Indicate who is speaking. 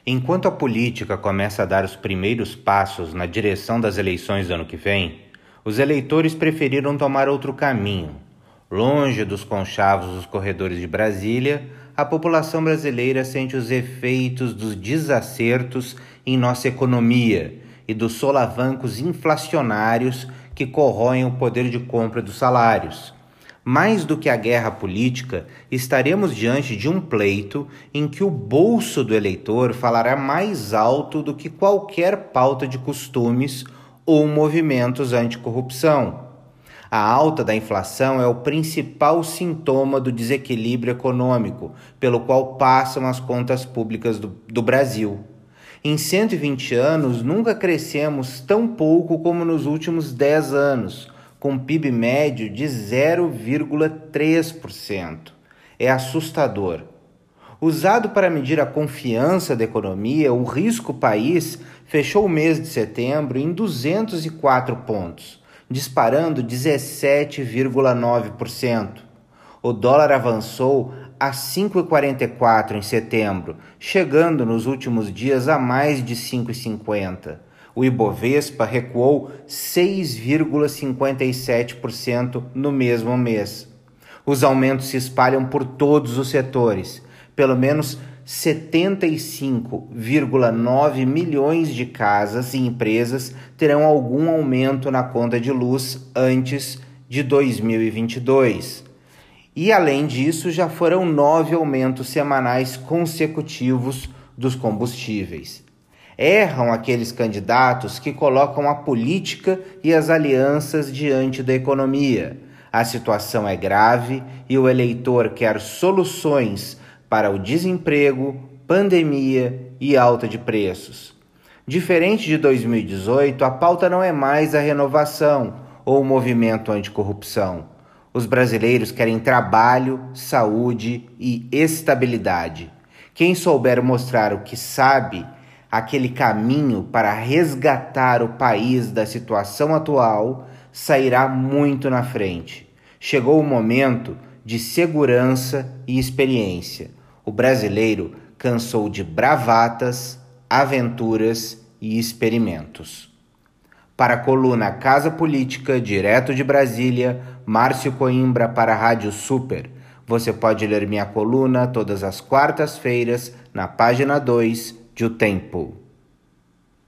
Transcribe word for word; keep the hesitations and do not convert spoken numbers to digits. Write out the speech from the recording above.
Speaker 1: Enquanto a política começa a dar os primeiros passos na direção das eleições do ano que vem, os eleitores preferiram tomar outro caminho. Longe dos conchavos dos corredores de Brasília, a população brasileira sente os efeitos dos desacertos em nossa economia e dos solavancos inflacionários que corroem o poder de compra dos salários. Mais do que a guerra política, estaremos diante de um pleito em que o bolso do eleitor falará mais alto do que qualquer pauta de costumes ou movimentos anticorrupção. A alta da inflação é o principal sintoma do desequilíbrio econômico pelo qual passam as contas públicas do, do Brasil. Em cento e vinte anos, nunca crescemos tão pouco como nos últimos dez anos, com P I B médio de zero vírgula três por cento. É assustador. Usado para medir a confiança da economia, o Risco País fechou o mês de setembro em duzentos e quatro pontos, disparando dezessete vírgula nove por cento. O dólar avançou a cinco vírgula quarenta e quatro em setembro, chegando nos últimos dias a mais de cinco vírgula cinquenta. O Ibovespa recuou seis vírgula cinquenta e sete por cento no mesmo mês. Os aumentos se espalham por todos os setores. Pelo menos setenta e cinco vírgula nove milhões de casas e empresas terão algum aumento na conta de luz antes de dois mil e vinte e dois. E, além disso, já foram nove aumentos semanais consecutivos dos combustíveis. Erram aqueles candidatos que colocam a política e as alianças diante da economia. A situação é grave e o eleitor quer soluções para o desemprego, pandemia e alta de preços. Diferente de dois mil e dezoito, a pauta não é mais a renovação ou o movimento anticorrupção. Os brasileiros querem trabalho, saúde e estabilidade. Quem souber mostrar o que sabe, aquele caminho para resgatar o país da situação atual, sairá muito na frente. Chegou o momento de segurança e experiência. O brasileiro cansou de bravatas, aventuras e experimentos. Para a coluna Casa Política, direto de Brasília, Márcio Coimbra para a Rádio Super. Você pode ler minha coluna todas as quartas-feiras na página dois de O Tempo.